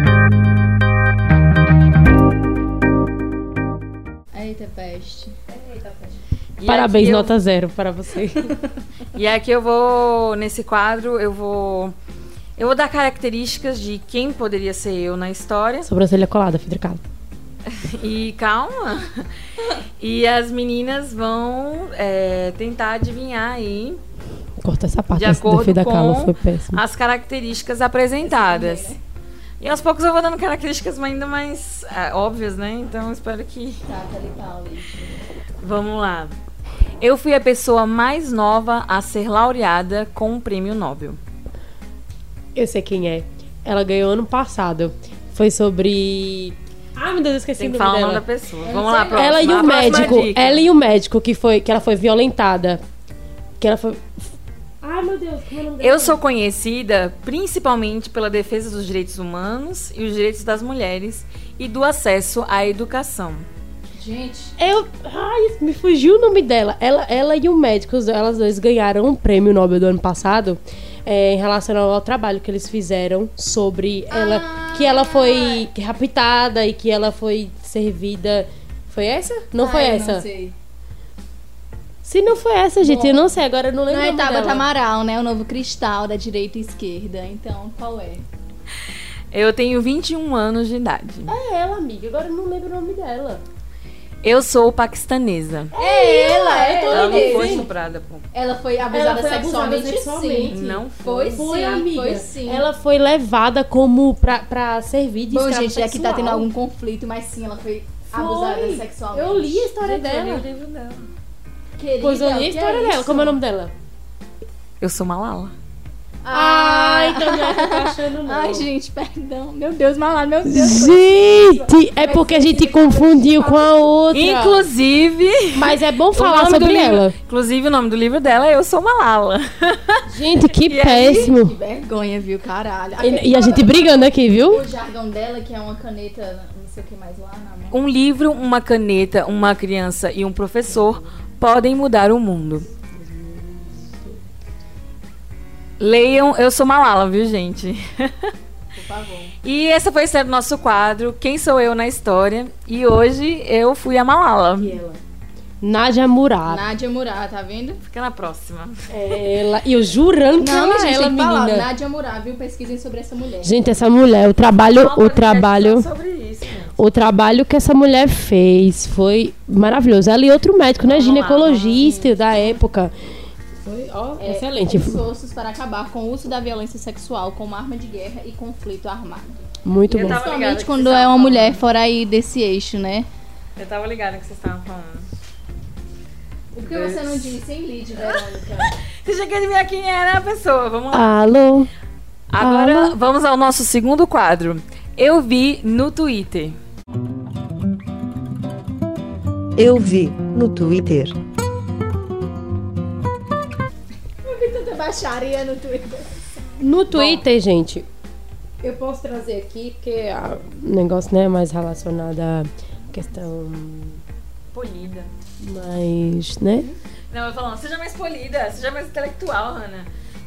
Eita peste. Eita peste. E Parabéns, aqui eu- nota zero para você. E aqui eu vou, nesse quadro, eu vou... Eu vou dar características de quem poderia ser eu na história. Sobrancelha colada, Fidricado. E calma. E as meninas vão é, tentar adivinhar aí Corta essa parte, De esse acordo defeito da com Carla foi péssimo. as características apresentadas. E aos poucos eu vou dando características ainda mais é, óbvias, né? Então eu espero que... Tá, tá legal, Vamos lá. Eu fui a pessoa mais nova a ser laureada com um prêmio Nobel. Eu sei quem é. Ela ganhou ano passado. Foi sobre... Ai, meu Deus, eu esqueci Tem o que nome falar o dela. nome da pessoa. Vamos lá, próxima. Ela e A o próxima médico. dica. Ela e o médico que foi que ela foi violentada. Que ela foi. Ai, meu Deus, como é o nome dela? Eu sou conhecida principalmente pela defesa dos direitos humanos e os direitos das mulheres e do acesso à educação. Gente, Eu. Ai, me fugiu o nome dela. Ela, ela e o médico, elas dois ganharam um prêmio Nobel do ano passado. É, em relação ao trabalho que eles fizeram sobre ela, Ah. que ela foi raptada e que ela foi servida. Foi essa? Não foi ai, eu essa? Não sei. Se não foi essa, gente, Bom, eu não sei, agora eu não lembro Não o é nome Tabata dela. Amaral, né? O novo cristal da direita e esquerda. Então, qual é? Eu tenho vinte e um anos de idade. É ela, amiga, agora eu não lembro o nome dela. Eu sou paquistanesa. É ela, eu tô Ela não ligada. foi estuprada, pô. Ela foi abusada Ela foi abusada sexualmente, sexualmente. sim. Não Foi, Foi, sim, amiga. foi sim. Ela foi levada como pra, pra servir de Bom, escrava gente, aqui tá sexual. tendo algum conflito, mas sim, ela foi, abusada Foi. sexualmente. Eu li a história Gente, eu li dela. o livro dela. Querida, Pois eu li o a que história é dela. isso? Como é o nome dela? Eu sou Malala. Ah, então não é que eu tô achando, não. Ai, gente, perdão. Meu Deus, Malala, meu Deus. Gente, é porque a gente confundiu com a outra. Inclusive... Mas é bom o falar nome do sobre livro- ela. Inclusive, o nome do livro dela é Eu Sou Malala. Gente, que E aí? péssimo. Que vergonha, viu, caralho. E, e a gente brigando aqui, viu? O jargão dela, que é uma caneta, não sei o que mais lá na mão. Um livro, uma caneta, uma criança e um professor podem mudar o mundo. Leiam Eu Sou Malala, viu, gente? Por favor. E essa foi a do nosso quadro Quem Sou Eu na História. E hoje eu fui a Malala. Nádia Murata. Nádia Murá, tá vendo? Fica na próxima. Ela, e eu jurando que Não, era minha gente, ela, tem que falar. menina. Nádia Murá, viu? Pesquisem sobre essa mulher. Gente, essa mulher, o trabalho, o trabalho, Sobre isso, gente. o trabalho que essa mulher fez foi maravilhoso. Ela e outro médico, né, Vamos lá, ginecologista da época. Foi, ó, É, excelente. Esforços para acabar com o uso da violência sexual como arma de guerra e conflito armado. Muito Eu bom. tava ligada Principalmente que quando vocês é estavam uma falando. mulher fora aí desse eixo, né? Eu tava ligada que vocês estavam falando. O que você não disse, hein, Lid, Verônica? Você já quer ver quem era a pessoa. Vamos lá. Alô? Agora alô? vamos ao nosso segundo quadro. Eu vi no Twitter. Eu vi no Twitter. Eu vi tanta baixaria no Twitter. No Twitter, gente, eu posso trazer aqui, porque ah, o negócio, né, é mais relacionado à questão Polida. mais, né? Não, eu falando, seja mais polida, seja mais intelectual, Hannah.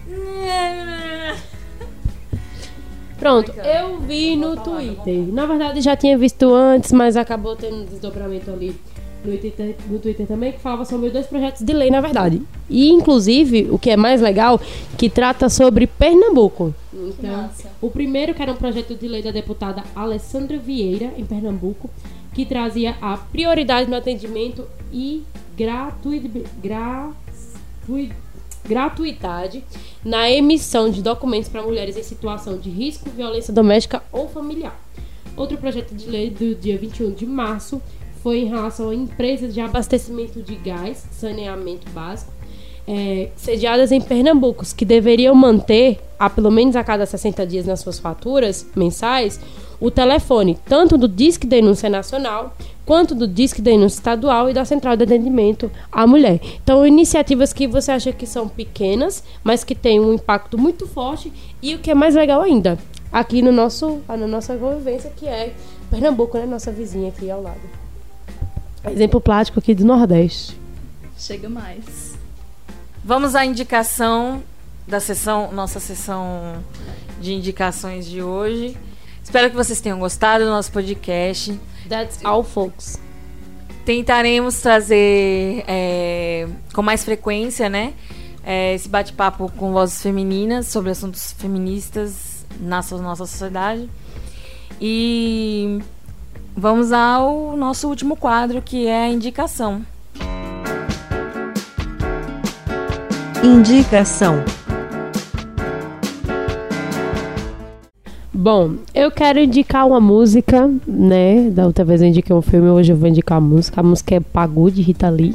Pronto, Obrigada. eu vi no Vou falar, Twitter. Na verdade, já tinha visto antes, mas acabou tendo um desdobramento ali no Twitter, no Twitter também, que falava sobre dois projetos de lei, na verdade. E, inclusive, o que é mais legal, que trata sobre Pernambuco. Então, Massa. o primeiro, que era um projeto de lei da deputada Alessandra Vieira, em Pernambuco, que trazia a prioridade no atendimento e gratuidade. Gratuid... gratuidade na emissão de documentos para mulheres em situação de risco, violência doméstica ou familiar. Outro projeto de lei do dia vinte e um de março foi em relação a empresas de abastecimento de gás, saneamento básico, é, sediadas em Pernambuco, que deveriam manter, a pelo menos a cada sessenta dias nas suas faturas mensais, o telefone, tanto do Disque Denúncia Nacional, quanto do Disque Denúncia Estadual e da Central de Atendimento à Mulher. Então, iniciativas que você acha que são pequenas, mas que têm um impacto muito forte, e o que é mais legal ainda, aqui no nosso, na nossa convivência, que é Pernambuco, né? Nossa vizinha aqui ao lado. Exemplo prático aqui do Nordeste. Chega mais. Vamos à indicação da sessão, nossa sessão de indicações de hoje. Espero que vocês tenham gostado do nosso podcast. That's all, folks. Tentaremos trazer é, com mais frequência, né, é, esse bate-papo com vozes femininas sobre assuntos feministas na nossa sociedade. E vamos ao nosso último quadro, que é a indicação. Indicação. Bom, eu quero indicar uma música, né? Da outra vez eu indiquei um filme, hoje eu vou indicar a música. A música é Pagu, de Rita Lee.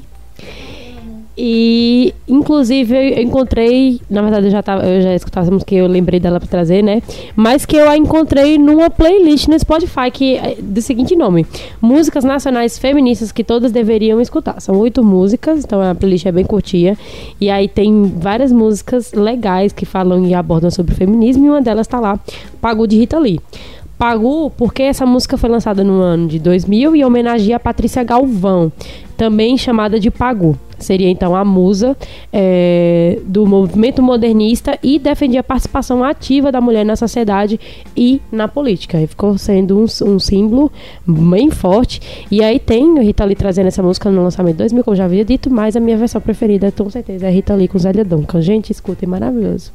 E, inclusive, eu encontrei... Na verdade, eu já, tava, eu já escutava essa música, eu lembrei dela pra trazer, né? Mas que eu a encontrei numa playlist no Spotify, que é do seguinte nome: Músicas Nacionais Feministas que Todas Deveriam Escutar. São oito músicas, então a playlist é bem curtinha. E aí tem várias músicas legais que falam e abordam sobre o feminismo, e uma delas tá lá, Pagu, de Rita Lee. Pagu, porque essa música foi lançada no ano de dois mil e homenageia a Patrícia Galvão, também chamada de Pagu. Seria então a musa é, do movimento modernista e defendia a participação ativa da mulher na sociedade e na política. E ficou sendo um, um símbolo bem forte. E aí tem a Rita Lee trazendo essa música no lançamento de dois mil, como eu já havia dito, mas a minha versão preferida, com certeza, é a Rita Lee com Zélia Duncan. Gente, escutem, maravilhoso.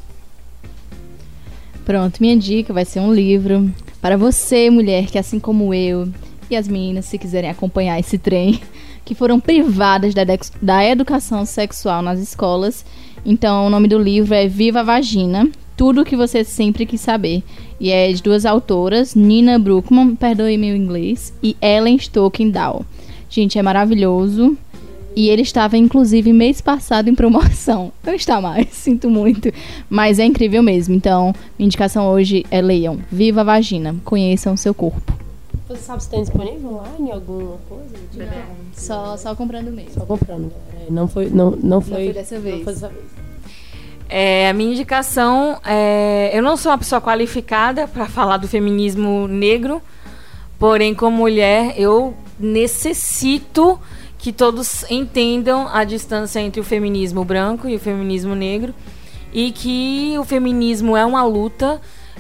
Pronto, minha dica vai ser um livro para você, mulher, que assim como eu e as meninas, se quiserem acompanhar esse trem, que foram privadas da, da educação sexual nas escolas. Então, o nome do livro é Viva a Vagina, tudo o que você sempre quis saber. E é de duas autoras, Nina Brookman, perdoe meu inglês, e Ellen Stockendahl. Gente, é maravilhoso. E ele estava, inclusive, mês passado em promoção. Não está mais, sinto muito. Mas é incrível mesmo. Então, minha indicação hoje é leiam Viva a Vagina, conheçam o seu corpo. Você sabe se tem disponível online alguma coisa? Não, só, só comprando mesmo. Só comprando, galera. Não foi, não, não foi, não foi dessa vez. Não foi dessa vez. É, a minha indicação é... Eu não sou uma pessoa qualificada para falar do feminismo negro, porém, como mulher, eu necessito que todos entendam a distância entre o feminismo branco e o feminismo negro, e que o feminismo é uma luta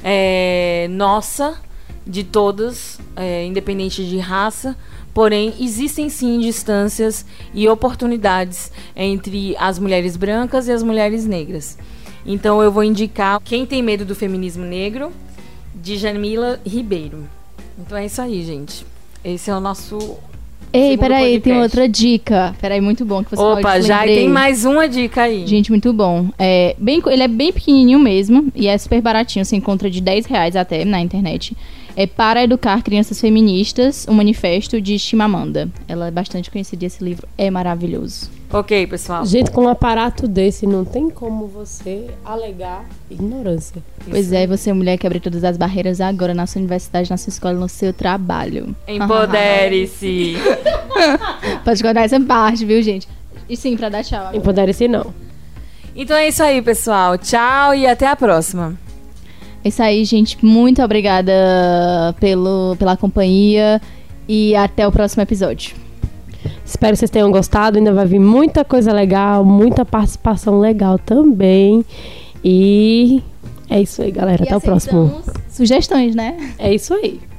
é, nossa, de todas, é, independente de raça, porém existem sim distâncias e oportunidades entre as mulheres brancas e as mulheres negras. Então eu vou indicar Quem Tem Medo do Feminismo Negro, de Jamila Ribeiro. Então é isso aí, gente. Esse é o nosso... Ei, peraí, tem outra dica. Peraí, muito bom que você falou. Opa, já tem mais uma dica aí. Gente, muito bom. É, bem, ele é bem pequenininho mesmo e é super baratinho. Você encontra de dez reais até na internet. É Para Educar Crianças Feministas, o Manifesto de Chimamanda. Ela é bastante conhecida e esse livro é maravilhoso. Ok, pessoal. Gente, com um aparato desse, não tem como você alegar ignorância. Pois é, você, mulher, quebre todas as barreiras agora na sua universidade, na sua escola, no seu trabalho. Empodere-se. Pode cortar essa parte, viu, gente? E sim, pra dar tchau. Empodere-se não. Então é isso aí, pessoal. Tchau e até a próxima. É isso aí, gente. Muito obrigada pelo, pela companhia e até o próximo episódio. Espero que vocês tenham gostado. Ainda vai vir muita coisa legal, muita participação legal também. E é isso aí, galera. E até o próximo. Sugestões, né? É isso aí.